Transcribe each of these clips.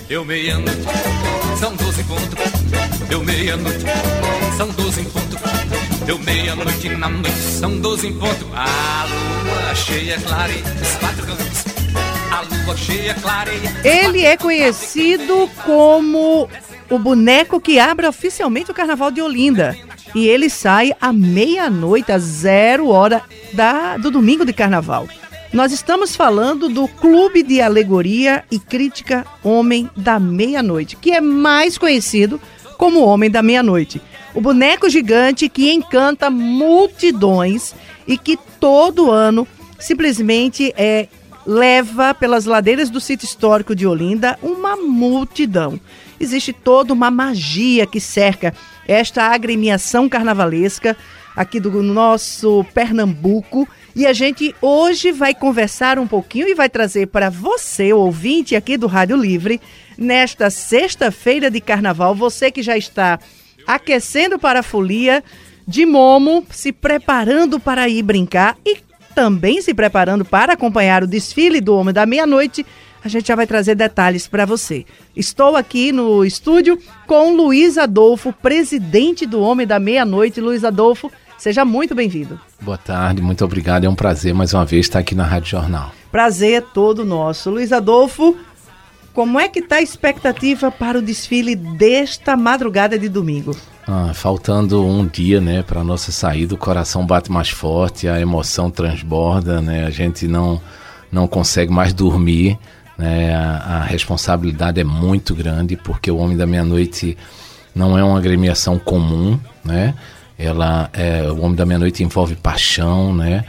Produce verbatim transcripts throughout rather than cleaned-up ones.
deu meia-noite, são doze em ponto. Deu meia-noite, são doze em ponto. Deu meia-noite na noite, são doze em ponto. A lua cheia clareia os quatro cantos. A lua cheia clareia. Ele é conhecido como o boneco que abre oficialmente o Carnaval de Olinda. E ele sai à meia-noite, às zero hora da, do domingo de Carnaval. Nós estamos falando do Clube de Alegoria e Crítica Homem da Meia-Noite, que é mais conhecido como Homem da Meia-Noite. O boneco gigante que encanta multidões e que todo ano simplesmente é, leva pelas ladeiras do sítio histórico de Olinda uma multidão. Existe toda uma magia que cerca esta agremiação carnavalesca aqui do nosso Pernambuco. E a gente hoje vai conversar um pouquinho e vai trazer para você, ouvinte aqui do Rádio Livre, nesta sexta-feira de Carnaval, você que já está aquecendo para a folia de Momo, se preparando para ir brincar e também se preparando para acompanhar o desfile do Homem da Meia-Noite, a gente já vai trazer detalhes para você. Estou aqui no estúdio com Luiz Adolfo, presidente do Homem da Meia-Noite. Luiz Adolfo, seja muito bem-vindo. Boa tarde, muito obrigado. É um prazer mais uma vez estar aqui na Rádio Jornal. Prazer é todo nosso. Luiz Adolfo, como é que está a expectativa para o desfile desta madrugada de domingo? Ah, faltando um dia, né, para a nossa saída, o coração bate mais forte, a emoção transborda, né, a gente não, não consegue mais dormir, né, a, a responsabilidade é muito grande, porque o Homem da Meia-Noite não é uma agremiação comum, né, ela é, o Homem da Meia-Noite envolve paixão, né,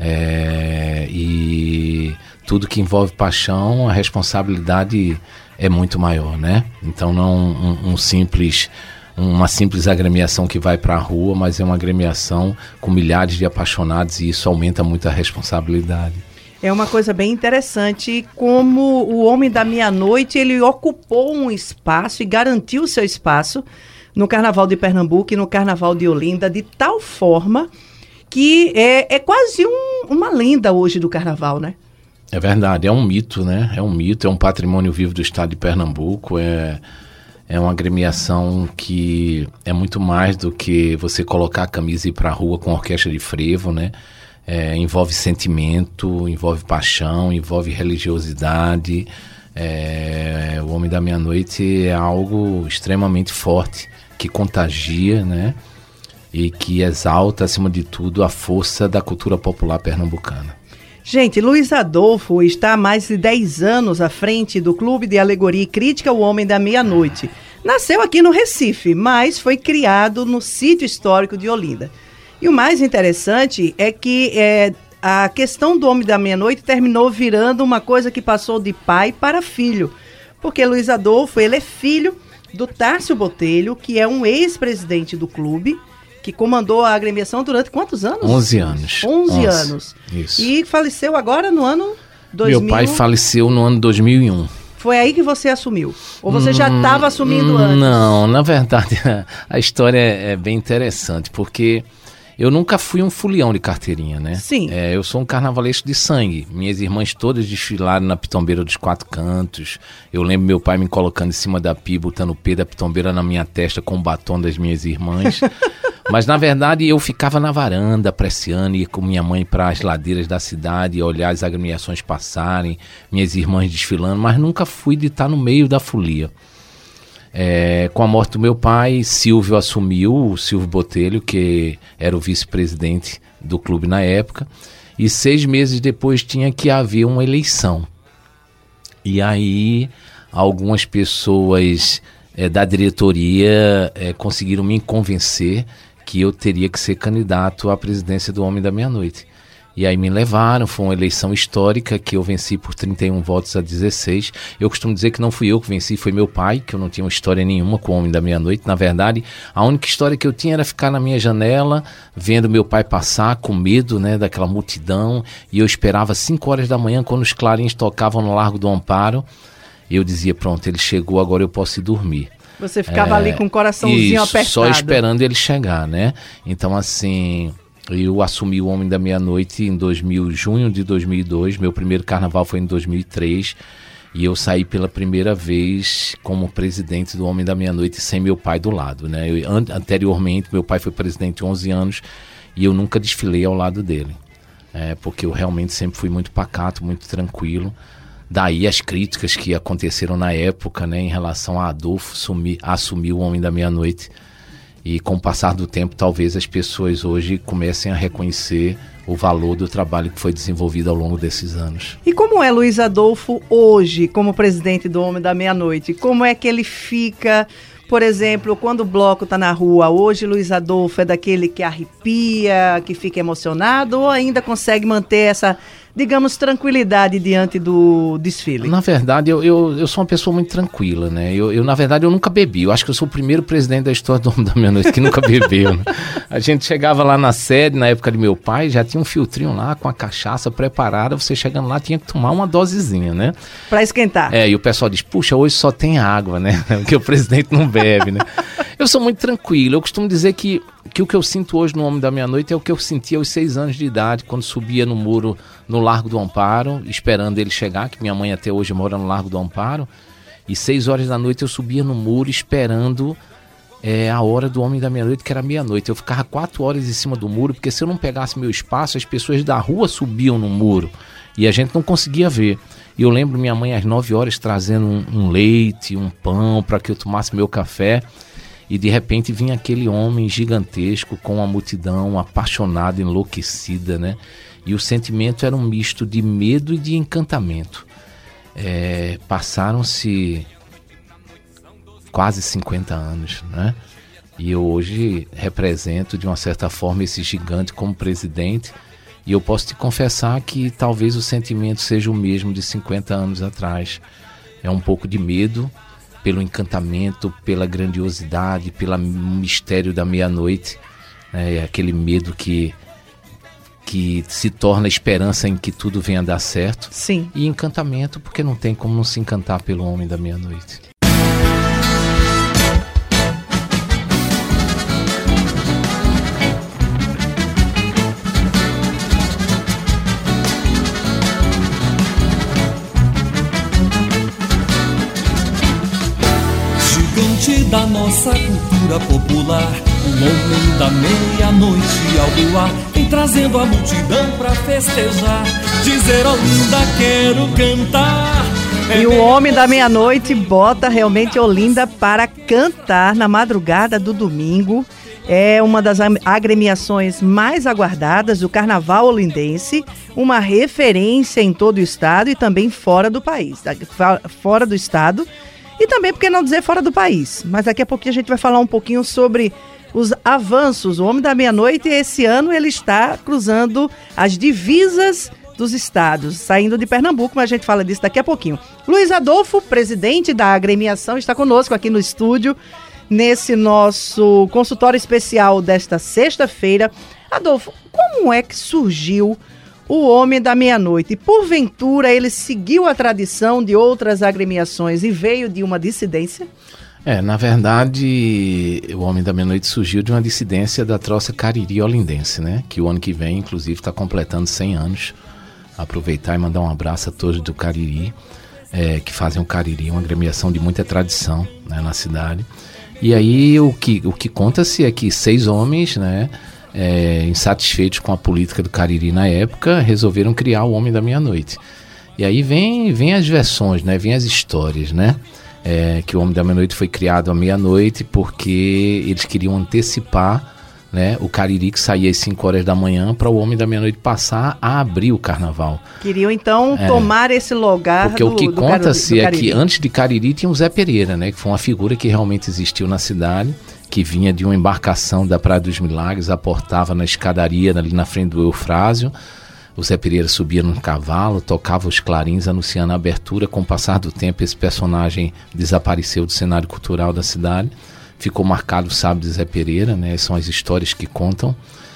é, e tudo que envolve paixão, a responsabilidade é muito maior, né, então não um, um simples... uma simples agremiação que vai para a rua, mas é uma agremiação com milhares de apaixonados e isso aumenta muito a responsabilidade. É uma coisa bem interessante como o Homem da Meia-Noite, ele ocupou um espaço e garantiu o seu espaço no Carnaval de Pernambuco e no Carnaval de Olinda, de tal forma que é, é quase um, uma lenda hoje do Carnaval, né? É verdade, é um mito, né? É um mito, é um patrimônio vivo do estado de Pernambuco, é... É uma agremiação que é muito mais do que você colocar a camisa e ir para a rua com orquestra de frevo, né? É, envolve sentimento, envolve paixão, envolve religiosidade. É, o Homem da Meia-Noite é algo extremamente forte, que contagia, né? E que exalta, acima de tudo, a força da cultura popular pernambucana. Gente, Luiz Adolfo está há mais de dez anos à frente do Clube de Alegoria e Crítica O Homem da Meia-Noite. Nasceu aqui no Recife, mas foi criado no sítio histórico de Olinda. E o mais interessante é que é, a questão do Homem da Meia-Noite terminou virando uma coisa que passou de pai para filho. Porque Luiz Adolfo, ele é filho do Tárcio Botelho, que é um ex-presidente do clube, que comandou a agremiação durante quantos anos? onze anos. onze anos. Isso. E faleceu agora no ano dois mil. Meu pai faleceu no ano dois mil e um. Foi aí que você assumiu? Ou você hum, já estava assumindo antes? Não, na verdade, a história é, é bem interessante, porque eu nunca fui um folião de carteirinha, né? Sim. É, eu sou um carnavalesco de sangue. Minhas irmãs todas desfilaram na pitombeira dos quatro cantos. Eu lembro meu pai me colocando em cima da pia, botando o pé da pitombeira na minha testa com o batom das minhas irmãs. Mas, na verdade, eu ficava na varanda, apreciando, ia com minha mãe para as ladeiras da cidade, olhar as agremiações passarem, minhas irmãs desfilando, mas nunca fui de estar no meio da folia. É, com a morte do meu pai, Silvio assumiu, o Silvio Botelho, que era o vice-presidente do clube na época, e seis meses depois tinha que haver uma eleição. E aí, algumas pessoas é, da diretoria é, conseguiram me convencer que eu teria que ser candidato à presidência do Homem da Meia-Noite. E aí me levaram, foi uma eleição histórica que eu venci por trinta e um votos a dezesseis. Eu costumo dizer que não fui eu que venci, foi meu pai, que eu não tinha uma história nenhuma com o Homem da Meia-Noite. Na verdade, a única história que eu tinha era ficar na minha janela, vendo meu pai passar, com medo, né, daquela multidão. E eu esperava cinco horas da manhã, quando os clarins tocavam no Largo do Amparo. Eu dizia, pronto, ele chegou, agora eu posso ir dormir. Você ficava é, ali com o isso, coraçãozinho apertado. Só esperando ele chegar, né? Então, assim, eu assumi o Homem da Meia-Noite em dois mil, junho de dois mil e dois. Meu primeiro carnaval foi em dois mil e três. E eu saí pela primeira vez como presidente do Homem da Meia-Noite sem meu pai do lado, né? Eu, an- anteriormente, meu pai foi presidente onze anos e eu nunca desfilei ao lado dele. É, porque eu realmente sempre fui muito pacato, muito tranquilo. Daí as críticas que aconteceram na época, né, em relação a Adolfo sumir, assumir o Homem da Meia-Noite. E com o passar do tempo, talvez as pessoas hoje comecem a reconhecer o valor do trabalho que foi desenvolvido ao longo desses anos. E como é Luiz Adolfo hoje, como presidente do Homem da Meia-Noite? Como é que ele fica, por exemplo, quando o bloco está na rua? Hoje Luiz Adolfo é daquele que arrepia, que fica emocionado, ou ainda consegue manter essa, digamos, tranquilidade diante do desfile? Na verdade, eu, eu, eu sou uma pessoa muito tranquila, né? Eu, eu, na verdade, eu nunca bebi. Eu acho que eu sou o primeiro presidente da história do Homem da Meia-Noite que nunca bebeu, né? A gente chegava lá na sede, na época de meu pai, já tinha um filtrinho lá com a cachaça preparada. Você chegando lá tinha que tomar uma dosezinha, né? Para esquentar. É, e o pessoal diz, puxa, hoje só tem água, né? Porque o presidente não bebe, né? Eu sou muito tranquilo. Eu costumo dizer que, que o que eu sinto hoje no Homem da Meia-Noite é o que eu sentia aos seis anos de idade, quando subia no muro no Largo do Amparo, esperando ele chegar, que minha mãe até hoje mora no Largo do Amparo, e seis horas da noite eu subia no muro esperando é, a hora do Homem da Meia-Noite, que era meia-noite. Eu ficava quatro horas em cima do muro, porque se eu não pegasse meu espaço, as pessoas da rua subiam no muro, e a gente não conseguia ver. E eu lembro minha mãe às nove horas trazendo um, um leite, um pão, para que eu tomasse meu café, e de repente vinha aquele homem gigantesco com uma multidão apaixonada, enlouquecida, né? E o sentimento era um misto de medo e de encantamento. É, passaram-se quase cinquenta anos, né? E eu hoje represento, de uma certa forma, esse gigante como presidente. E eu posso te confessar que talvez o sentimento seja o mesmo de cinquenta anos atrás. É um pouco de medo, pelo encantamento, pela grandiosidade, pelo mistério da meia-noite. É aquele medo que... que se torna esperança em que tudo venha a dar certo. Sim. E encantamento, porque não tem como não se encantar pelo Homem da Meia-Noite. Gigante da nossa cultura popular, o Homem da Meia-Noite ao luar, vem trazendo a multidão pra festejar, dizer Olinda quero cantar. E o Homem da Meia-Noite bota realmente Olinda para cantar na madrugada do domingo. É uma das agremiações mais aguardadas do carnaval olindense, uma referência em todo o estado e também fora do país, fora do estado. E também, por que não dizer, fora do país. Mas daqui a pouquinho a gente vai falar um pouquinho sobre os avanços. O Homem da Meia-Noite, esse ano, ele está cruzando as divisas dos estados, saindo de Pernambuco, mas a gente fala disso daqui a pouquinho. Luiz Adolfo, presidente da agremiação, está conosco aqui no estúdio, nesse nosso consultório especial desta sexta-feira. Adolfo, como é que surgiu o Homem da Meia-Noite? Porventura ele seguiu a tradição de outras agremiações e veio de uma dissidência? É, na verdade, o Homem da Meia-Noite surgiu de uma dissidência da troça Cariri olindense, né? Que o ano que vem, inclusive, está completando cem anos. Aproveitar e mandar um abraço a todos do Cariri, é, que fazem o Cariri, uma agremiação de muita tradição, né, na cidade. E aí o que, o que conta-se é que seis homens, né, É, insatisfeitos com a política do Cariri na época, resolveram criar o Homem da Meia-Noite. E aí vem, vem as versões, né? Vem as histórias, né? É, que o Homem da Meia-Noite foi criado à meia-noite porque eles queriam antecipar, né, o Cariri, que saía às cinco horas da manhã, para o Homem da Meia-Noite passar a abrir o carnaval. Queriam então é, tomar esse lugar porque do Porque o que do conta-se é Cariri. que antes de Cariri tinha o Zé Pereira, né? Que foi uma figura que realmente existiu na cidade, que vinha de uma embarcação da Praia dos Milagres, aportava na escadaria ali na frente do Eufrásio. O Zé Pereira subia num cavalo, tocava os clarins anunciando a abertura. Com o passar do tempo, esse personagem desapareceu do cenário cultural da cidade. Ficou marcado o sábio de Zé Pereira, né? São as histórias que contam.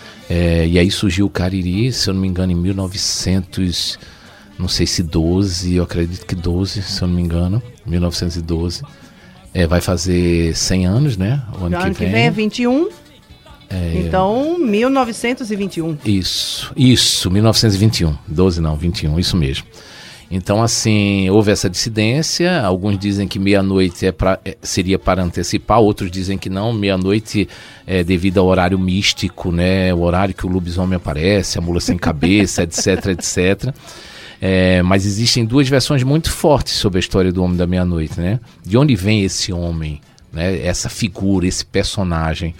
É, e aí surgiu o Cariri, se eu não me engano, em mil e novecentos, não sei se doze, eu acredito que doze, se eu não me engano, mil novecentos e doze. É, vai fazer cem anos, né? O ano, o ano que vem. que vem é vinte e um. É, então, mil novecentos e vinte e um. Isso, isso, mil novecentos e vinte e um. doze não, vinte e um, isso mesmo. Então, assim, houve essa dissidência. Alguns dizem que meia-noite é pra, é, seria para antecipar, outros dizem que não. Meia-noite é devido ao horário místico, né? O horário que o lobisomem aparece, a mula sem cabeça, etc, etcétera. É, mas existem duas versões muito fortes sobre a história do Homem da Meia-Noite, né? De onde vem esse homem, né? Essa figura, esse personagem?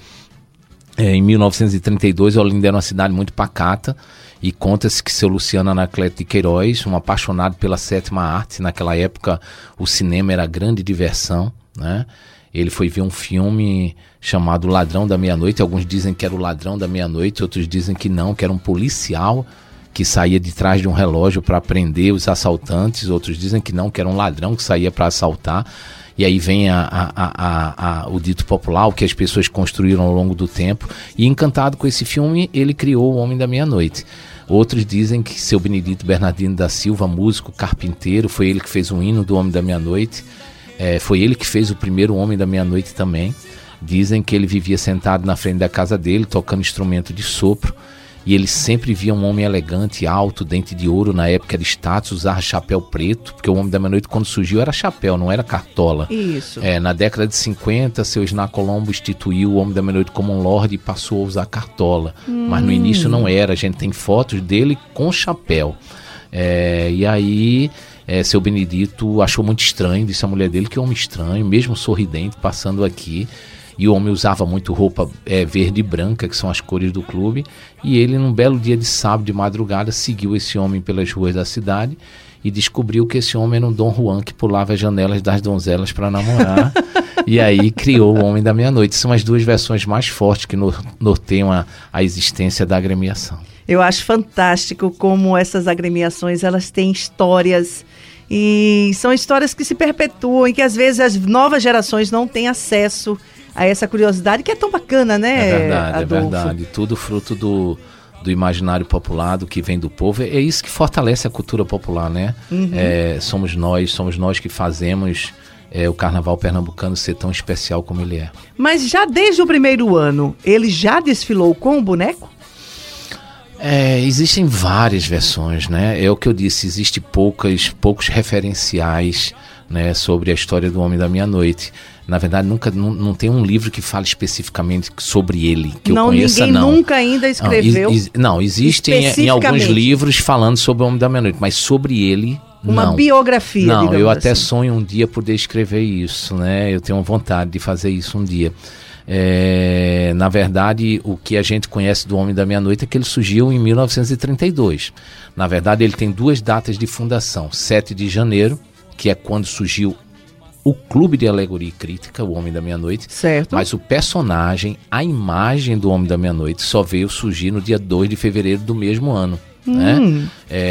É, em mil novecentos e trinta e dois, Olinda era uma cidade muito pacata. E conta-se que seu Luciano Anacleto de Queiroz, um apaixonado pela sétima arte, naquela época o cinema era grande diversão, né? Ele foi ver um filme chamado Ladrão da Meia-Noite. Alguns dizem que era o Ladrão da Meia-Noite, outros dizem que não, que era um policial que saía de trás de um relógio para prender os assaltantes. Outros dizem que não, que era um ladrão que saía para assaltar. E aí vem a, a, a, a, o dito popular, o que as pessoas construíram ao longo do tempo. E encantado com esse filme, ele criou O Homem da Meia-Noite. Outros dizem que seu Benedito Bernardino da Silva, músico, carpinteiro, foi ele que fez o hino do Homem da Meia-Noite. É, foi ele que fez o primeiro Homem da Meia-Noite também. Dizem que ele vivia sentado na frente da casa dele, tocando instrumento de sopro. E ele sempre via um homem elegante, alto, dente de ouro, na época de status, usava chapéu preto, porque o Homem da Meia-Noite, quando surgiu, era chapéu, não era cartola. Isso. É, na década de cinquenta, seu Isná Colombo instituiu o Homem da Meia-Noite como um lorde e passou a usar cartola. Hum. Mas no início não era, a gente tem fotos dele com chapéu. É, e aí, é, seu Benedito achou muito estranho, disse a mulher dele que é um homem estranho, mesmo sorridente, passando aqui. E o homem usava muito roupa é, verde e branca, que são as cores do clube. E ele, num belo dia de sábado de madrugada, seguiu esse homem pelas ruas da cidade e descobriu que esse homem era um Dom Juan que pulava as janelas das donzelas para namorar. E aí criou o Homem da Meia-Noite. São as duas versões mais fortes que norteiam a, a existência da agremiação. Eu acho fantástico como essas agremiações, elas têm histórias... E são histórias que se perpetuam e que às vezes as novas gerações não têm acesso a essa curiosidade, que é tão bacana, né, É verdade, Adolfo? é verdade. Tudo fruto do, do imaginário popular, do que vem do povo. É isso que fortalece a cultura popular, né? Uhum. É, somos nós, somos nós que fazemos é, o Carnaval Pernambucano ser tão especial como ele é. Mas já desde o primeiro ano, ele já desfilou com o boneco? É, existem várias versões, né? É o que eu disse, existe poucas, poucos referenciais, né, sobre a história do Homem da Meia-Noite. Na verdade, nunca, não, não tem um livro que fale especificamente sobre ele, que não, eu conheça, ninguém não. Ninguém nunca ainda escreveu. Não, is, is, não existem em alguns livros falando sobre o Homem da Meia-Noite, mas sobre ele, uma não. biografia, Não, digamos eu até assim. sonho um dia poder escrever isso, né? Eu tenho vontade de fazer isso um dia. É, na verdade, o que a gente conhece do Homem da Meia-Noite é que ele surgiu em mil novecentos e trinta e dois. Na verdade, ele tem duas datas de fundação. sete de janeiro, que é quando surgiu o Clube de Alegoria e Crítica, o Homem da Meia-Noite. Certo. Mas o personagem, a imagem do Homem da Meia-Noite só veio surgir no dia dois de fevereiro do mesmo ano. Hum. Né?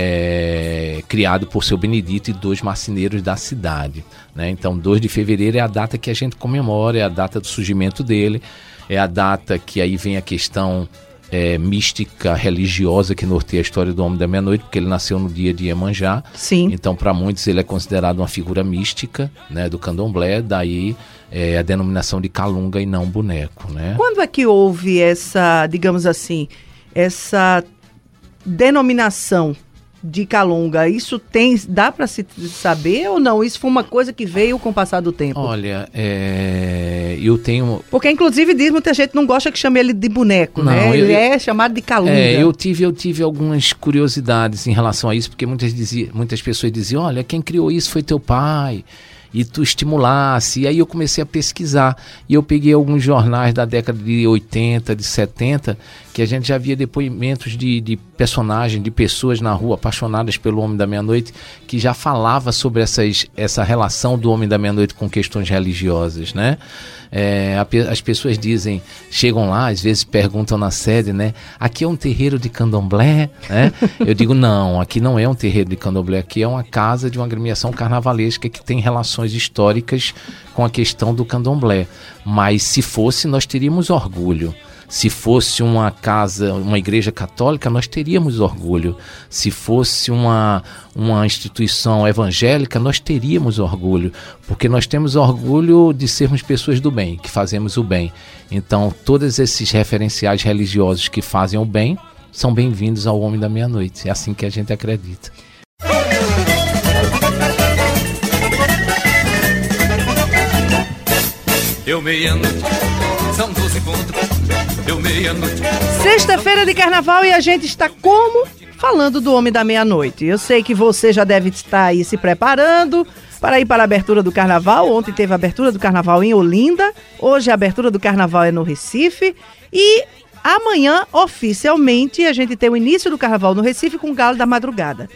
É, criado por seu Benedito e dois marceneiros da cidade, né? Então dois de fevereiro é a data que a gente comemora, é a data do surgimento dele, é a data que aí vem a questão é, mística, religiosa que norteia a história do Homem da Meia-Noite, porque ele nasceu no dia de Iemanjá. Sim. Então para muitos ele é considerado uma figura mística, né, do candomblé, daí é, a denominação de calunga e não boneco, né? Quando é que houve essa, digamos assim, essa denominação de calunga? Isso tem, dá para se saber ou não? Isso foi uma coisa que veio com o passar do tempo? Olha, é, eu tenho... Porque inclusive diz, muita gente não gosta que chame ele de boneco, não, né? Eu, ele é chamado de calunga. É, eu tive, eu tive algumas curiosidades em relação a isso, porque muitas, dizia, muitas pessoas diziam, olha, quem criou isso foi teu pai, e tu estimulasse, e aí eu comecei a pesquisar, e eu peguei alguns jornais da década de oitenta, de setenta, que a gente já via depoimentos de, de personagens, de pessoas na rua apaixonadas pelo Homem da Meia-Noite, que já falava sobre essas, essa relação do Homem da Meia-Noite com questões religiosas, né? É, a, as pessoas dizem, chegam lá, às vezes perguntam na sede, né? Aqui é um terreiro de candomblé, né? Eu digo, não, aqui não é um terreiro de candomblé, aqui é uma casa de uma agremiação carnavalesca que tem relações históricas com a questão do candomblé. Mas se fosse, nós teríamos orgulho. Se fosse uma casa, uma igreja católica, nós teríamos orgulho. Se fosse uma, uma instituição evangélica, nós teríamos orgulho. Porque nós temos orgulho de sermos pessoas do bem, que fazemos o bem. Então, todos esses referenciais religiosos que fazem o bem, são bem-vindos ao Homem da Meia-Noite. É assim que a gente acredita. deu meia-noite, são doze pontos, deu meia-noite. Sexta-feira de carnaval e a gente está como? Falando do Homem da Meia-Noite. Eu sei que você já deve estar aí se preparando para ir para a abertura do carnaval. Ontem teve a abertura do carnaval em Olinda, hoje a abertura do carnaval é no Recife e amanhã, oficialmente, a gente tem o início do carnaval no Recife com o Galo da Madrugada.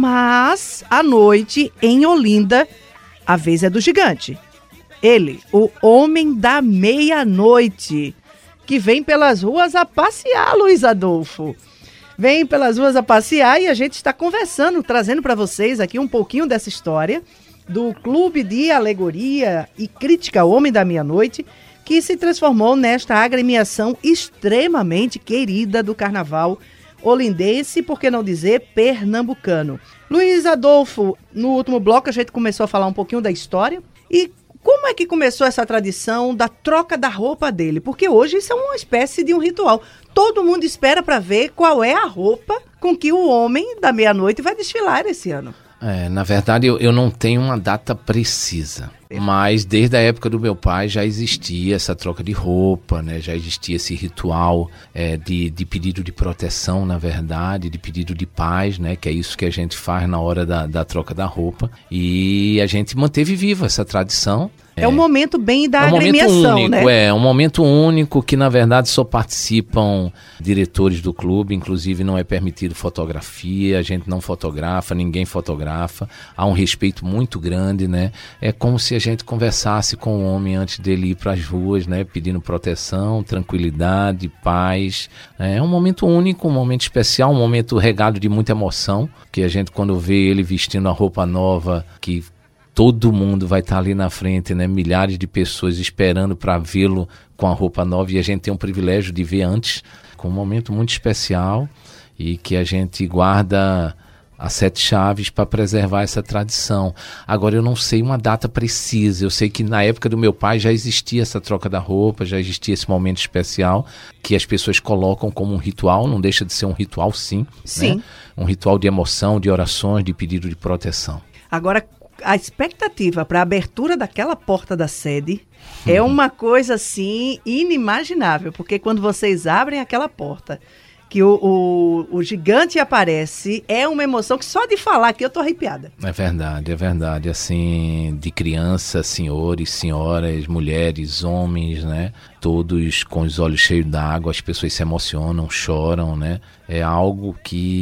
Mas, à noite, em Olinda, a vez é do gigante. Ele, o Homem da Meia-Noite, que vem pelas ruas a passear, Luiz Adolfo. Vem pelas ruas a passear e a gente está conversando, trazendo para vocês aqui um pouquinho dessa história do Clube de Alegoria e Crítica Homem da Meia-Noite, que se transformou nesta agremiação extremamente querida do carnaval olindense, por que não dizer pernambucano. Luiz Adolfo, no último bloco a gente começou a falar um pouquinho da história e como é que começou essa tradição da troca da roupa dele? Porque hoje isso é uma espécie de um ritual. Todo mundo espera para ver qual é a roupa com que o Homem da Meia-Noite vai desfilar esse ano. É, na verdade, eu, eu não tenho uma data precisa, mas desde a época do meu pai já existia essa troca de roupa, né? Já existia esse ritual é, de, de pedido de proteção, na verdade, de pedido de paz, né? Que é isso que a gente faz na hora da, da troca da roupa. E a gente manteve viva essa tradição. É, é um momento bem da é um agremiação, momento único, né? É um momento único que, na verdade, só participam diretores do clube, inclusive não é permitido fotografia, a gente não fotografa, ninguém fotografa, há um respeito muito grande, né? É como se a gente conversasse com o homem antes dele ir para as ruas, né? Pedindo proteção, tranquilidade, paz. É um momento único, um momento especial, um momento regado de muita emoção, que a gente, quando vê ele vestindo a roupa nova, que todo mundo vai estar ali na frente, né? Milhares de pessoas esperando para vê-lo com a roupa nova e a gente tem o privilégio de ver antes, com um momento muito especial e que a gente guarda as sete chaves para preservar essa tradição. Agora, eu não sei uma data precisa, eu sei que na época do meu pai já existia essa troca da roupa, já existia esse momento especial que as pessoas colocam como um ritual, não deixa de ser um ritual sim, Sim. Né? Um ritual de emoção, de orações, de pedido de proteção. Agora, a expectativa para a abertura daquela porta da sede é uma coisa, assim, inimaginável. Porque quando vocês abrem aquela porta, que o, o, o gigante aparece, é uma emoção que só de falar aqui eu tô arrepiada. É verdade, é verdade. Assim, de crianças, senhores, senhoras, mulheres, homens, né? Todos com os olhos cheios d'água, as pessoas se emocionam, choram, né? É algo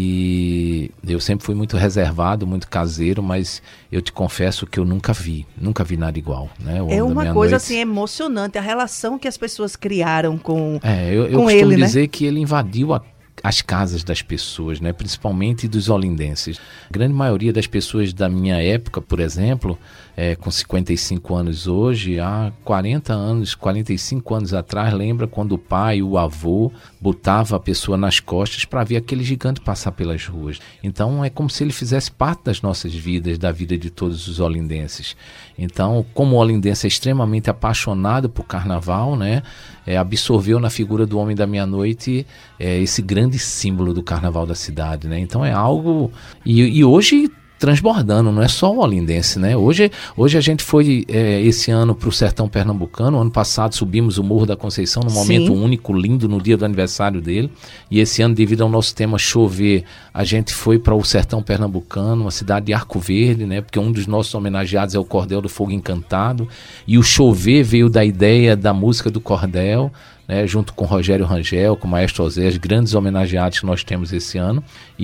que eu sempre fui muito reservado, muito caseiro, mas eu te confesso que eu nunca vi, nunca vi nada igual, né? O É Homem da uma coisa Meia-Noite. assim emocionante, a relação que as pessoas criaram com, É, eu, eu com costumo ele, né? dizer que ele invadiu a as casas das pessoas, né? Principalmente dos olindenses. A grande maioria das pessoas da minha época, por exemplo, é, com cinquenta e cinco anos hoje, há quarenta anos, quarenta e cinco anos atrás, lembra quando o pai, o avô, botava a pessoa nas costas para ver aquele gigante passar pelas ruas. Então é como se ele fizesse parte das nossas vidas, da vida de todos os olindenses. Então, como o olindense é extremamente apaixonado por carnaval, né? É, absorveu na figura do Homem da Meia-Noite é, esse grande símbolo do carnaval da cidade, né? Então é algo... E, e hoje transbordando, não é só o olindense, né? Hoje, hoje a gente foi é, esse ano para o sertão pernambucano, ano passado subimos o Morro da Conceição num momento Sim. único, lindo, no dia do aniversário dele, e esse ano, devido ao nosso tema chover, a gente foi para o sertão pernambucano, uma cidade de Arco Verde, né? Porque um dos nossos homenageados é o Cordel do Fogo Encantado, e o chover veio da ideia da música do Cordel, né, junto com Rogério Rangel, com o Maestro Osés, grandes homenageados que nós temos esse ano,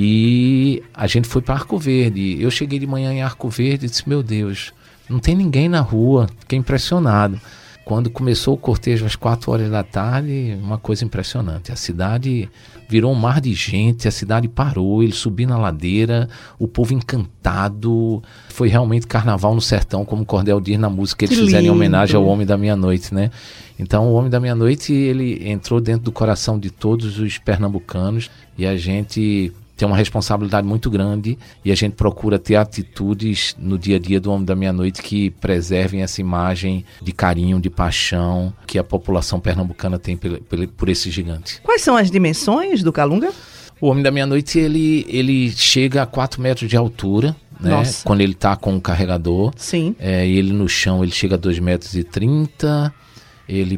e a gente foi para Arco Verde. Eu cheguei de manhã em Arco Verde e disse, meu Deus, não tem ninguém na rua, fiquei impressionado. Quando começou o cortejo às quatro horas da tarde, uma coisa impressionante. A cidade virou um mar de gente, a cidade parou, ele subiu na ladeira, o povo encantado. Foi realmente carnaval no sertão, como o Cordel diz na música que eles Que fizeram em lindo. homenagem ao Homem da Meia-Noite, né? Então o Homem da Meia-Noite, ele entrou dentro do coração de todos os pernambucanos e a gente tem uma responsabilidade muito grande e a gente procura ter atitudes no dia a dia do Homem da Meia-Noite que preservem essa imagem de carinho, de paixão que a população pernambucana tem por, por esse gigante. Quais são as dimensões do Calunga? O Homem da Meia-Noite, ele, ele chega a quatro metros de altura, né? Nossa. Quando ele está com o carregador. Sim. É, e ele no chão, ele chega a dois metros e trinta. ele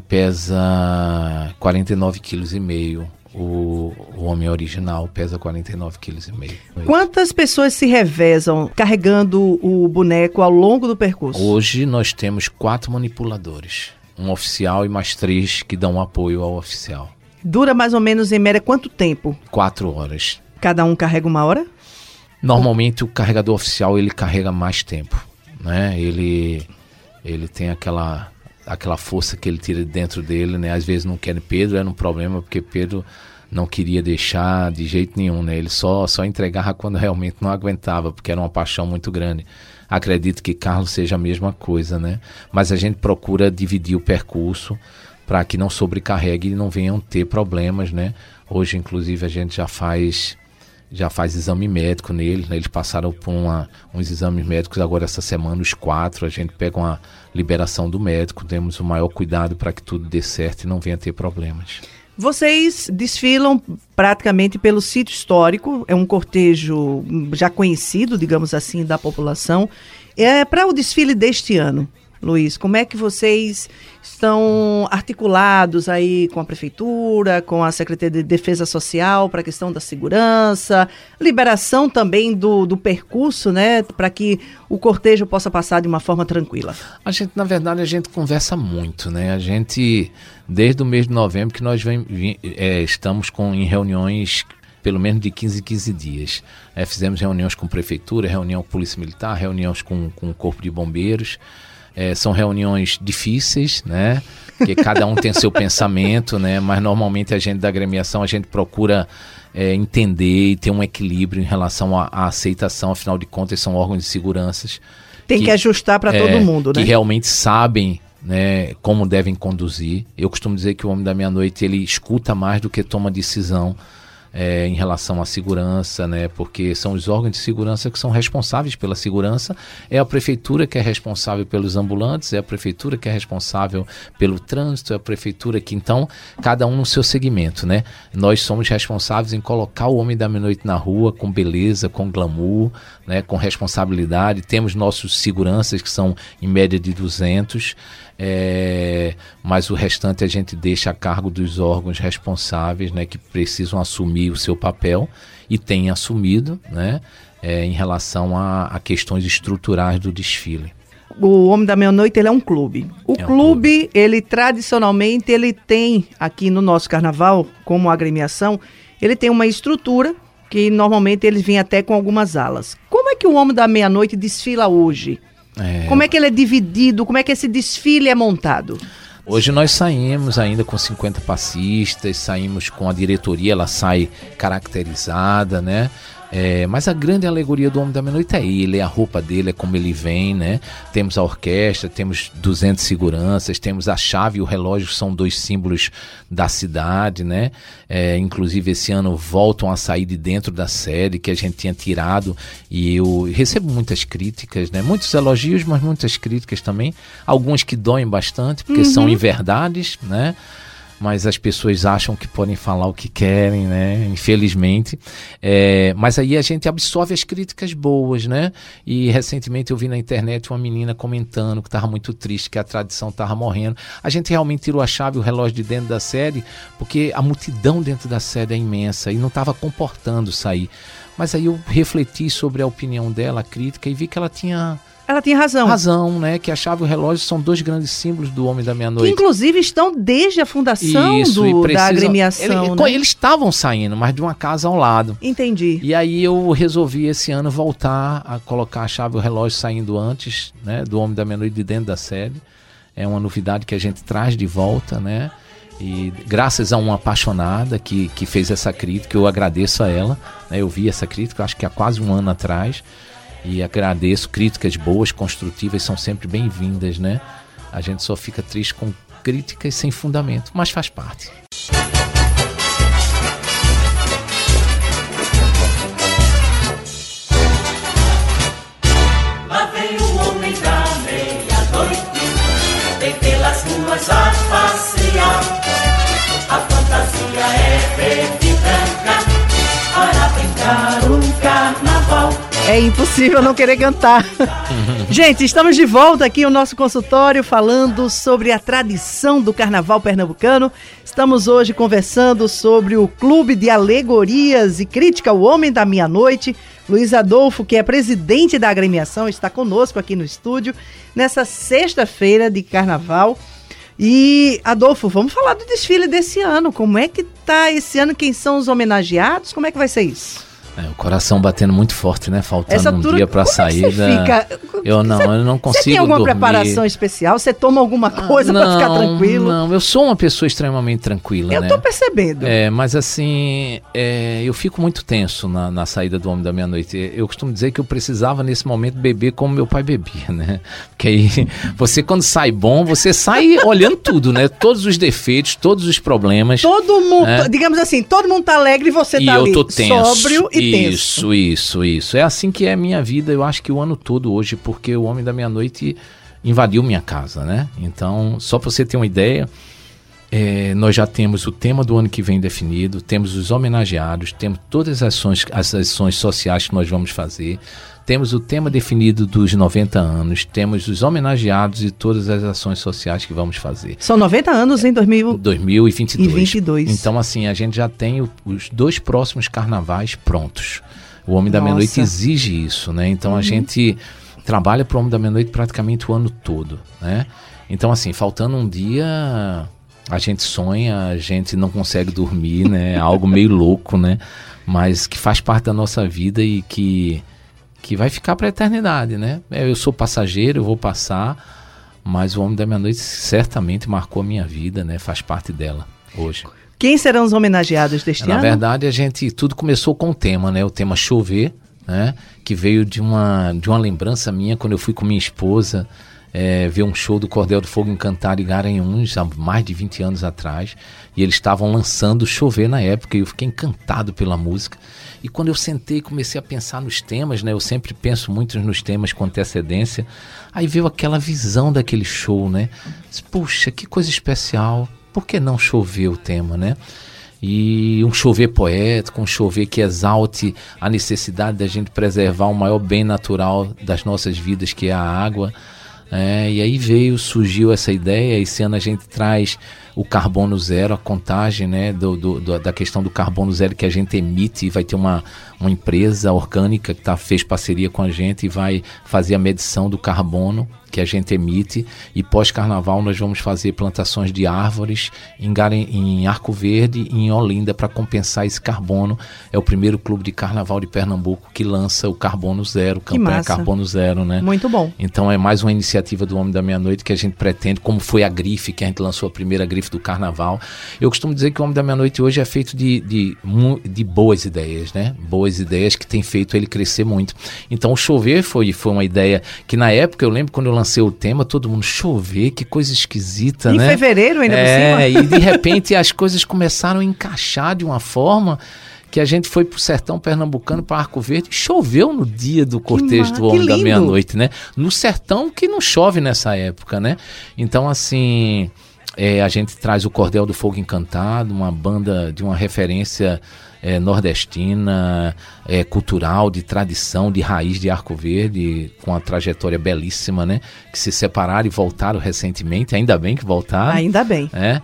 pesa quarenta e nove vírgula cinco quilos. O, o homem original pesa quarenta e nove vírgula cinco quilos. Quantas pessoas se revezam carregando o boneco ao longo do percurso? Hoje nós temos quatro manipuladores. Um oficial e mais três que dão apoio ao oficial. Dura mais ou menos, em média, quanto tempo? Quatro horas. Cada um carrega uma hora? Normalmente o carregador oficial ele carrega mais tempo, né? Ele, ele tem aquela, aquela força que ele tira de dentro dele, né? Às vezes não quer Pedro, era um problema porque Pedro não queria deixar de jeito nenhum, né? Ele só, só entregava quando realmente não aguentava, porque era uma paixão muito grande. Acredito que Carlos seja a mesma coisa, né? Mas a gente procura dividir o percurso para que não sobrecarregue e não venham ter problemas, né? Hoje, inclusive, a gente já faz... já faz exame médico nele, né? Eles passaram por uma, uns exames médicos agora essa semana, os quatro, a gente pega uma liberação do médico, temos o maior cuidado para que tudo dê certo e não venha ter problemas. Vocês desfilam praticamente pelo sítio histórico, é um cortejo já conhecido, digamos assim, da população. É, para o desfile deste ano, Luiz, como é que vocês estão articulados aí com a Prefeitura, com a Secretaria de Defesa Social para a questão da segurança, liberação também do, do percurso, né, para que o cortejo possa passar de uma forma tranquila? A gente, na verdade, a gente conversa muito, né? A gente, desde o mês de novembro, que nós vem, vem, é, estamos com, em reuniões pelo menos de quinze em quinze dias. É, fizemos reuniões com a Prefeitura, reunião com a Polícia Militar, reuniões com, com o Corpo de Bombeiros. É, são reuniões difíceis, né? Porque cada um tem seu pensamento, né? Mas normalmente a gente da agremiação, a gente procura é, entender e ter um equilíbrio em relação à, à aceitação, afinal de contas são órgãos de segurança. Tem que, que ajustar para é, todo mundo, né? Que realmente sabem, né, como devem conduzir. Eu costumo dizer que o Homem da Meia-Noite, ele escuta mais do que toma decisão. É, em relação à segurança, né? Porque são os órgãos de segurança que são responsáveis pela segurança, é a prefeitura que é responsável pelos ambulantes, é a prefeitura que é responsável pelo trânsito, é a prefeitura que, então, cada um no seu segmento, né? Nós somos responsáveis em colocar o Homem da Meia-Noite na rua com beleza, com glamour, né? Com responsabilidade. Temos nossos seguranças que são em média de duzentos, é, mas o restante a gente deixa a cargo dos órgãos responsáveis, né? Que precisam assumir o seu papel e têm assumido, né, é, em relação a, a questões estruturais do desfile. O Homem da Meia-Noite, ele é um clube. O é um clube, clube, ele tradicionalmente, ele tem aqui no nosso carnaval, como agremiação, ele tem uma estrutura que normalmente eles vêm até com algumas alas. Como é que o Homem da Meia-Noite desfila hoje? É... Como é que ele é dividido? Como é que esse desfile é montado? Hoje nós saímos ainda com cinquenta passistas, saímos com a diretoria, ela sai caracterizada, né? É, mas a grande alegoria do Homem da Meia-Noite é ele, é a roupa dele, é como ele vem, né? Temos a orquestra, temos duzentas seguranças, temos a chave e o relógio, que são dois símbolos da cidade, né? É, inclusive esse ano voltam a sair de dentro da sede que a gente tinha tirado, e eu recebo muitas críticas, né? Muitos elogios, mas muitas críticas também, algumas que doem bastante, porque uhum. são inverdades, né? Mas as pessoas acham que podem falar o que querem, né? Infelizmente. É, mas aí a gente absorve as críticas boas, né? E recentemente eu vi na internet uma menina comentando que estava muito triste, que a tradição estava morrendo. A gente realmente tirou a chave e o relógio de dentro da sede, porque a multidão dentro da sede é imensa e não estava comportando sair. Mas aí eu refleti sobre a opinião dela, a crítica, e vi que ela tinha... Ela tinha razão. Razão, né? Que a chave e o relógio são dois grandes símbolos do Homem da Meia-Noite. Que inclusive estão desde a fundação Isso, do, precisam, da agremiação, ele, né? Eles estavam saindo, mas de uma casa ao lado. Entendi. E aí eu resolvi esse ano voltar a colocar a chave e o relógio saindo antes, né? Do Homem da Meia-Noite de dentro da sede. É uma novidade que a gente traz de volta, né? E graças a uma apaixonada que, que fez essa crítica, eu agradeço a ela, né? Eu vi essa crítica, acho que há quase um ano atrás. E agradeço, críticas boas, construtivas, são sempre bem-vindas, né? A gente só fica triste com críticas sem fundamento, mas faz parte. Lá vem o homem da meia-noite, vem pelas ruas a passear. A fantasia é verde e branca, para brincar um carnaval. É impossível não querer cantar. Gente, estamos de volta aqui no nosso consultório falando sobre a tradição do carnaval pernambucano. Estamos hoje conversando sobre o Clube de Alegorias e Crítica ao Homem da Meia-Noite. Luiz Adolfo, que é presidente da agremiação, está conosco aqui no estúdio nessa sexta-feira de carnaval. E, Adolfo, vamos falar do desfile desse ano. Como é que tá esse ano? Quem são os homenageados? Como é que vai ser isso? É, o coração batendo muito forte, né? Faltando Essa um altura, dia para sair da... Eu não, eu não consigo Você tem alguma dormir. preparação especial? Você toma alguma coisa ah, para ficar tranquilo? Não, eu sou uma pessoa extremamente tranquila, eu né? Eu tô percebendo. É, mas assim, é, eu fico muito tenso na, na saída do Homem da Meia-Noite. Eu costumo dizer que eu precisava nesse momento beber como meu pai bebia, né? Porque aí você quando sai bom, você sai olhando tudo, né? Todos os defeitos, todos os problemas. Todo mundo, né? Digamos assim, todo mundo tá alegre e você e tá eu ali, tô tenso. sóbrio e tenso. Isso, isso. Isso, isso. É assim que é a minha vida, eu acho que o ano todo hoje, porque o Homem da Meia-Noite invadiu minha casa, né? Então, só para você ter uma ideia, é, nós já temos o tema do ano que vem definido, temos os homenageados, temos todas as ações, as ações sociais que nós vamos fazer, temos o tema definido dos noventa anos, temos os homenageados e todas as ações sociais que vamos fazer. São noventa anos em dois mil... dois mil e vinte e dois. E vinte e dois. Então, assim, a gente já tem o, os dois próximos carnavais prontos. O Homem da Meia-Noite exige isso, né? Então uhum. a gente trabalha para o Homem da Meia-Noite praticamente o ano todo, né? Então, assim, faltando um dia, a gente sonha, a gente não consegue dormir, né? Algo meio louco, né? Mas que faz parte da nossa vida e que, que vai ficar para a eternidade, né? Eu sou passageiro, eu vou passar, mas o Homem da Meia-Noite certamente marcou a minha vida, né? Faz parte dela hoje. Quem serão os homenageados deste Na ano? Na verdade, a gente, tudo começou com o tema, né? O tema Chover, né? Que veio de uma, de uma lembrança minha, quando eu fui com minha esposa é, ver um show do Cordel do Fogo Encantado em Garanhuns, há mais de vinte anos atrás, e eles estavam lançando Chover na época, e eu fiquei encantado pela música. E quando eu sentei e comecei a pensar nos temas, né? Eu sempre penso muito nos temas com antecedência, aí veio aquela visão daquele show, né? Puxa, que coisa especial. Por que não chover o tema, né? E um chover poético, um chover que exalte a necessidade da gente preservar o maior bem natural das nossas vidas, que é a água. É, e aí veio, surgiu essa ideia. Esse ano a gente traz o carbono zero, a contagem, né, do, do, do, da questão do carbono zero que a gente emite. Vai ter uma, uma empresa orgânica que tá, fez parceria com a gente e vai fazer a medição do carbono que a gente emite, e pós-carnaval nós vamos fazer plantações de árvores em, em Arco Verde e em Olinda para compensar esse carbono. É o primeiro clube de carnaval de Pernambuco que lança o Carbono Zero, campanha Carbono Zero, né? Muito bom. Então é mais uma iniciativa do Homem da Meia-Noite que a gente pretende, como foi a grife, que a gente lançou a primeira grife do carnaval. Eu costumo dizer que o Homem da Meia-Noite hoje é feito de, de, de boas ideias, né? Boas ideias que tem feito ele crescer muito. Então o Chover foi, foi uma ideia que na época, eu lembro quando eu lancei o tema, todo mundo, chover, que coisa esquisita, em né? Em fevereiro ainda é, por cima. E de repente as coisas começaram a encaixar de uma forma que a gente foi pro sertão pernambucano, para Arco Verde, choveu no dia do cortejo do Homem da Meia-Noite, né? No sertão que não chove nessa época, né? Então, assim, é, a gente traz o Cordel do Fogo Encantado, uma banda de uma referência É, nordestina, é, cultural, de tradição, de raiz de Arco Verde, com uma trajetória belíssima, né? Que se separaram e voltaram recentemente, ainda bem que voltaram. Ainda bem. É,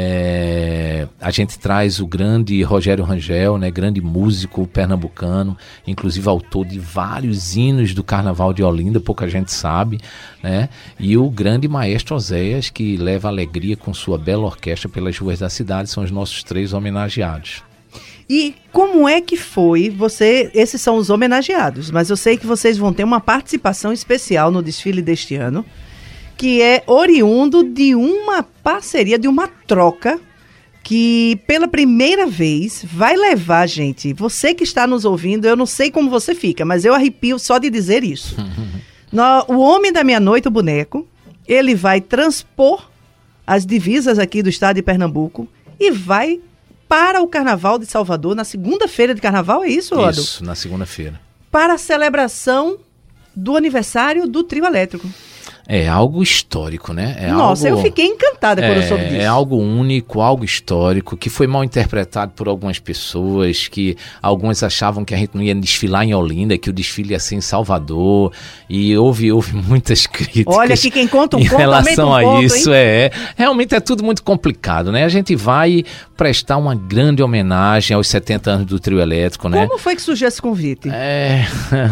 é, a gente traz o grande Rogério Rangel, né? Grande músico pernambucano, inclusive autor de vários hinos do Carnaval de Olinda, pouca gente sabe, né? E o grande maestro Oséias, que leva alegria com sua bela orquestra pelas ruas da cidade, são os nossos três homenageados. E como é que foi, você, esses são os homenageados, mas eu sei que vocês vão ter uma participação especial no desfile deste ano, que é oriundo de uma parceria, de uma troca, que pela primeira vez vai levar, gente, você que está nos ouvindo, eu não sei como você fica, mas eu arrepio só de dizer isso. No, o Homem da Meia-Noite, o boneco, ele vai transpor as divisas aqui do estado de Pernambuco e vai para o Carnaval de Salvador, na segunda-feira de Carnaval, é isso, Odo? Isso, na segunda-feira. Para a celebração do aniversário do Trio Elétrico. É algo histórico, né? É Nossa, algo, eu fiquei encantada quando é, eu soube disso. É algo único, algo histórico, que foi mal interpretado por algumas pessoas, que algumas achavam que a gente não ia desfilar em Olinda, que o desfile ia ser em Salvador, e houve, houve muitas críticas. Olha que quem conta um em ponto, relação um a ponto, isso, hein? é. Realmente é tudo muito complicado, né? A gente vai prestar uma grande homenagem aos setenta anos do Trio Elétrico, né? Como foi que surgiu esse convite? É...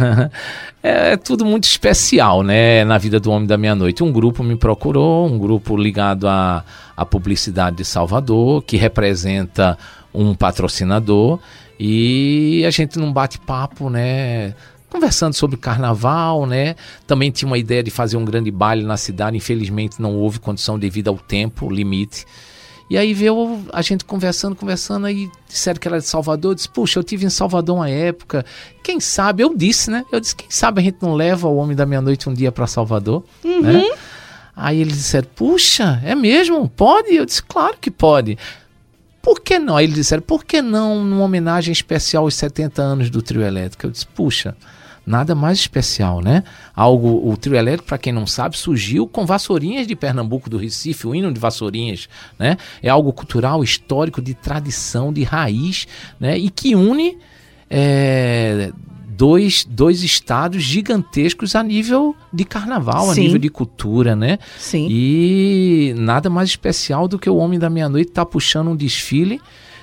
É tudo muito especial, né, na vida do Homem da Meia-Noite. Um grupo me procurou, um grupo ligado à, à publicidade de Salvador, que representa um patrocinador, e a gente num bate-papo, né, conversando sobre carnaval, né, também tinha uma ideia de fazer um grande baile na cidade, infelizmente não houve condição devido ao tempo, limite. E aí veio a gente conversando, conversando, aí disseram que era de Salvador, eu disse, puxa, eu estive em Salvador uma época, quem sabe, eu disse, né, eu disse, quem sabe a gente não leva o Homem da Meia-Noite um dia para Salvador, Uhum. né? Aí eles disseram, puxa, é mesmo? Pode? Eu disse, claro que pode. Por que não? Aí eles disseram, por que não numa homenagem especial aos setenta anos do Trio Elétrico? Eu disse, puxa, nada mais especial, né? Algo, o Trio Elétrico, para quem não sabe, surgiu com Vassourinhas de Pernambuco, do Recife, o hino de Vassourinhas, né? É algo cultural, histórico, de tradição, de raiz, né? E que une é, dois, dois estados gigantescos a nível de carnaval, Sim. a nível de cultura, né? Sim. E nada mais especial do que o Homem da Meia-Noite estar tá puxando um desfile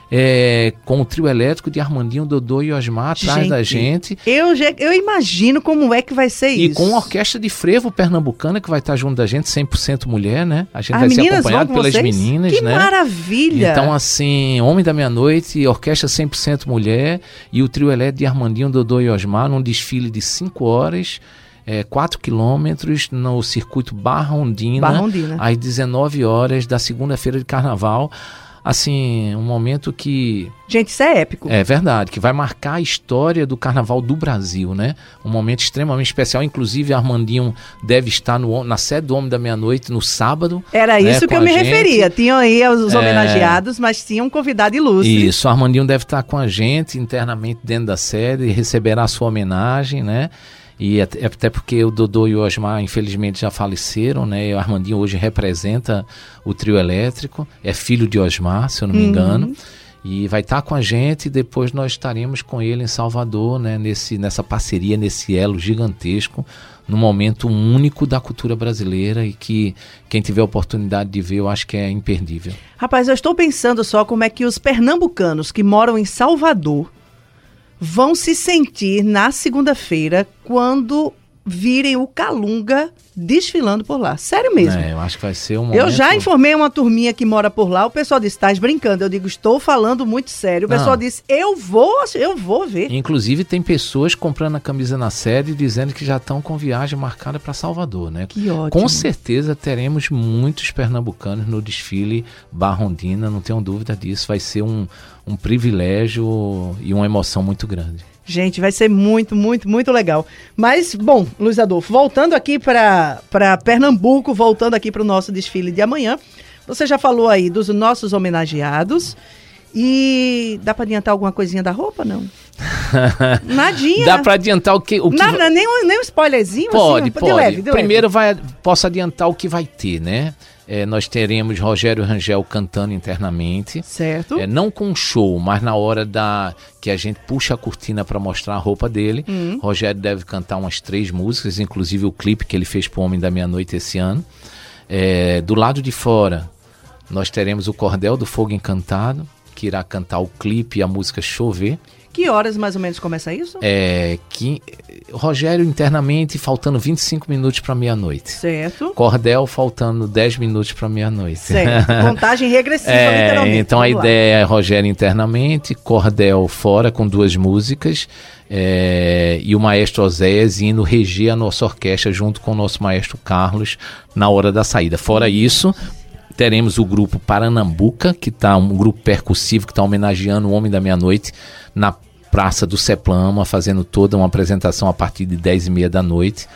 É, com o Trio Elétrico de Armandinho, Dodô e Osmar atrás Gente, da gente. Eu, já- eu imagino como é que vai ser E isso. com a orquestra de frevo pernambucana que vai estar junto da gente, cem por cento mulher, né? A gente As vai ser meninas acompanhado vão com pelas vocês? meninas, Que né? maravilha! Então, assim, Homem da Meia-Noite, orquestra cem por cento mulher e o Trio Elétrico de Armandinho, Dodô e Osmar num desfile de cinco horas, é, quatro quilômetros no circuito Barra Ondina, Barra Ondina. às dezenove horas da segunda-feira de carnaval. Assim, um momento que... Gente, isso é épico. É verdade, que vai marcar a história do carnaval do Brasil, né? Um momento extremamente especial. Inclusive, Armandinho deve estar no, na sede do Homem da Meia-Noite no sábado. Era né, isso com que eu a me gente. referia. Tinham aí os É. homenageados, mas tinha um convidado ilustre. Isso, o Armandinho deve estar com a gente internamente dentro da sede e receberá a sua homenagem, né? E até até porque o Dodô e o Osmar, infelizmente, já faleceram, né? E o Armandinho hoje representa o Trio Elétrico, é filho de Osmar, se eu não me engano. E vai estar com a gente e depois nós estaremos com ele em Salvador, né? Nesse, nessa parceria, nesse elo gigantesco, num momento único da cultura brasileira e que quem tiver a oportunidade de ver, eu acho que é imperdível. Rapaz, eu estou pensando só como é que os pernambucanos que moram em Salvador vão se sentir na segunda-feira quando virem o Calunga desfilando por lá. Sério mesmo. É, eu acho que vai ser um momento... Eu já informei uma turminha que mora por lá, o pessoal disse, estás brincando. Eu digo, estou falando muito sério. O Não. pessoal disse, eu vou, eu vou ver. Inclusive tem pessoas comprando a camisa na sede e dizendo que já estão com viagem marcada para Salvador, né? Que ótimo. Com certeza teremos muitos pernambucanos no desfile Barra Ondina, não tenho dúvida disso. Vai ser um, um privilégio e uma emoção muito grande. Gente, vai ser muito, muito, muito legal. Mas, bom, Luiz Adolfo, voltando aqui para Pernambuco, voltando aqui para o nosso desfile de amanhã, você já falou aí dos nossos homenageados e dá para adiantar alguma coisinha da roupa, não? Nadinha. Dá para adiantar o que... O que Nada, nem, um, nem um spoilerzinho? Pode, assim, pode. De leve, de Primeiro vai, posso adiantar o que vai ter, né? É, nós teremos Rogério Rangel cantando internamente. Certo. É, não com show, mas na hora da que a gente puxa a cortina para mostrar a roupa dele. Hum. Rogério deve cantar umas três músicas, inclusive o clipe que ele fez pro Homem da Meia-Noite esse ano. É, do lado de fora, nós teremos o Cordel do Fogo Encantado, que irá cantar o clipe e a música Chover. Que horas mais ou menos começa isso? É, que, Rogério internamente faltando vinte e cinco minutos para meia-noite. Certo. Cordel faltando dez minutos para meia-noite. Certo. Contagem regressiva, É, literalmente. então a Vamos lá. ideia é Rogério internamente, Cordel fora com duas músicas é, e o maestro Oséias indo reger a nossa orquestra junto com o nosso maestro Carlos na hora da saída. Fora isso, teremos o grupo Paranambuca, que tá um grupo percussivo que está homenageando o Homem da Meia-Noite na Praça do Seplama, fazendo toda uma apresentação a partir de dez e meia da noite.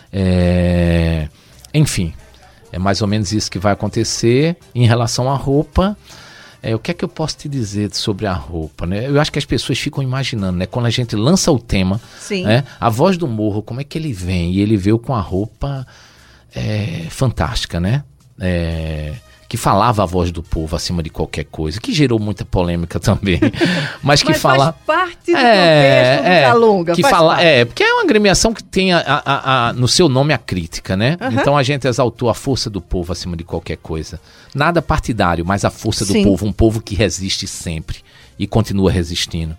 É, enfim, é mais ou menos isso que vai acontecer. Em relação à roupa, é, o que é que eu posso te dizer sobre a roupa, né? Eu acho que as pessoas ficam imaginando, né? Quando a gente lança o tema, Sim. né? A Voz do Morro, como é que ele vem? E ele veio com a roupa é, fantástica, né? É, que falava a voz do povo acima de qualquer coisa, que gerou muita polêmica também, mas que mas fala... faz parte do é, contexto do é, Calunga. Que faz fala, parte. é, porque é uma agremiação que tem a, a, a, no seu nome a crítica, né? Uhum. Então a gente exaltou a força do povo acima de qualquer coisa. Nada partidário, mas a força do Sim. povo, um povo que resiste sempre e continua resistindo.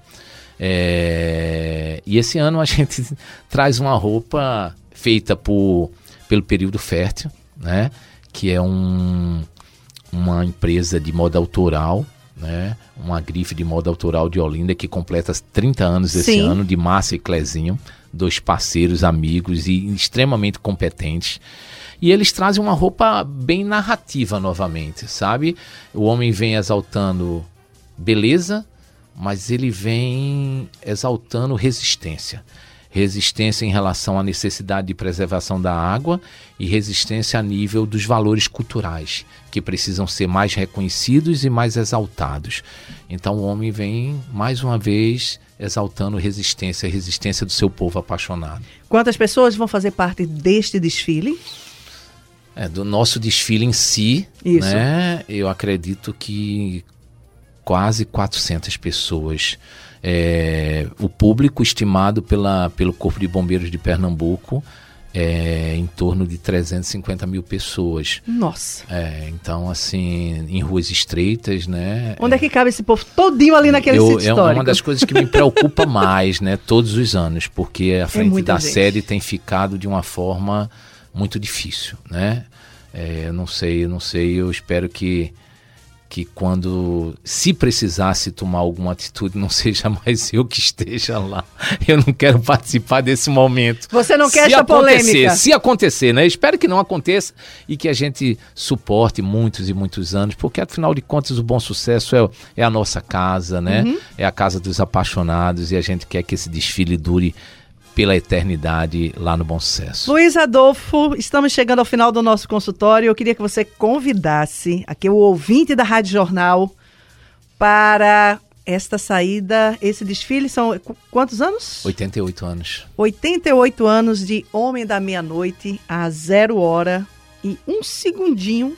É, e esse ano a gente traz uma roupa feita por, pelo Período Fértil, né? Que é um... uma empresa de moda autoral, né? Uma grife de moda autoral de Olinda que completa trinta anos esse Sim. ano, de Márcia e Clezinho, dois parceiros, amigos e extremamente competentes. E eles trazem uma roupa bem narrativa novamente, sabe? O homem vem exaltando beleza, mas ele vem exaltando resistência. Resistência em relação à necessidade de preservação da água e resistência a nível dos valores culturais, que precisam ser mais reconhecidos e mais exaltados. Então o homem vem, mais uma vez, exaltando resistência, a resistência do seu povo apaixonado. Quantas pessoas vão fazer parte deste desfile? É, do nosso desfile em si, Isso. né, eu acredito que quase quatrocentas pessoas. É, o público estimado pela, pelo Corpo de Bombeiros de Pernambuco é em torno de trezentas e cinquenta mil pessoas. Nossa. É, então, assim, em ruas estreitas, né? Onde é que cabe esse povo todinho ali naquele eu, sítio é histórico? uma das coisas que me preocupa mais, né? Todos os anos, porque a frente muita da gente. sede tem ficado de uma forma muito difícil, né? É, eu não sei, eu não sei, eu espero que que quando, se precisasse tomar alguma atitude, não seja mais eu que esteja lá. Eu não quero participar desse momento. Você não quer se essa acontecer, polêmica? Se acontecer, né? Eu espero que não aconteça e que a gente suporte muitos e muitos anos, porque afinal de contas o Bom Sucesso é, é a nossa casa, né? Uhum. É a casa dos apaixonados e a gente quer que esse desfile dure pela eternidade lá no Bom Sucesso. Luiz Adolfo, estamos chegando ao final do nosso consultório. Eu queria que você convidasse aqui o ouvinte da Rádio Jornal para esta saída, esse desfile. São qu- quantos anos? oitenta e oito anos. oitenta e oito anos de Homem da Meia-Noite, a zero hora e um segundinho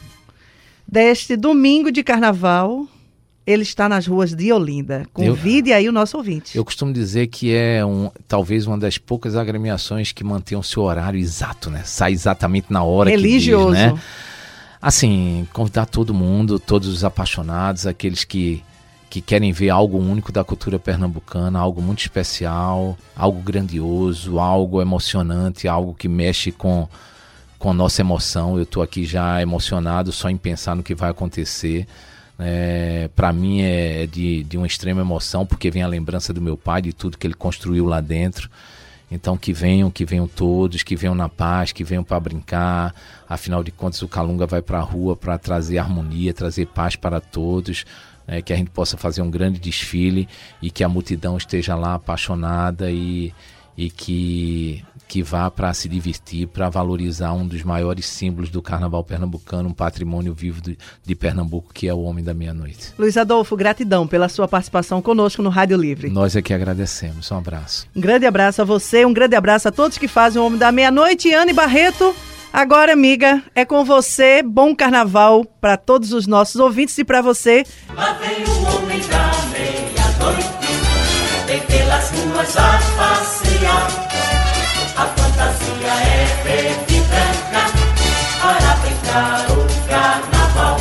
deste domingo de carnaval. Ele está nas ruas de Olinda. Convide aí o nosso ouvinte. Eu costumo dizer que é um, talvez uma das poucas agremiações que mantém o seu horário exato, né? Sai exatamente na hora Religioso. que diz, né? Assim, convidar todo mundo, todos os apaixonados, aqueles que, que querem ver algo único da cultura pernambucana, algo muito especial, algo grandioso, algo emocionante, algo que mexe com, com a nossa emoção. Eu estou aqui já emocionado só em pensar no que vai acontecer. É, para mim é de, de uma extrema emoção, porque vem a lembrança do meu pai, de tudo que ele construiu lá dentro. Então que venham, que venham todos, que venham na paz, que venham para brincar. Afinal de contas o Calunga vai para a rua para trazer harmonia, trazer paz para todos, né, que a gente possa fazer um grande desfile e que a multidão esteja lá apaixonada e, e que... que vá para se divertir, para valorizar um dos maiores símbolos do carnaval pernambucano, um patrimônio vivo de, de Pernambuco, que é o Homem da Meia-Noite. Luiz Adolfo, gratidão pela sua participação conosco no Rádio Livre. Nós é que agradecemos. Um abraço. Um grande abraço a você, um grande abraço a todos que fazem o Homem da Meia-Noite. Anne Barreto, agora, amiga, é com você. Bom carnaval para todos os nossos ouvintes e para você. Lá vem o homem da meia-noite, vem pelas ruas a passear. A fantasia é verde e branca para brincar o carnaval.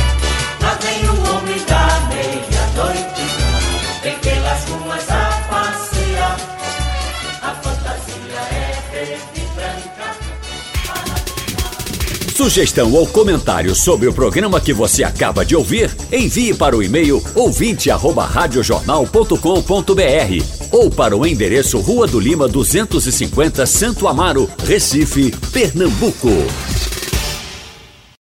Lá vem o homem da meia-noite, vem pelas ruas a passear. A fantasia é verde e branca para brincar. Sugestão ou comentário sobre o programa que você acaba de ouvir, envie para o e-mail ouvinte arroba radiojornal ponto com ponto br ou para o endereço Rua do Lima duzentos e cinquenta, Santo Amaro, Recife, Pernambuco.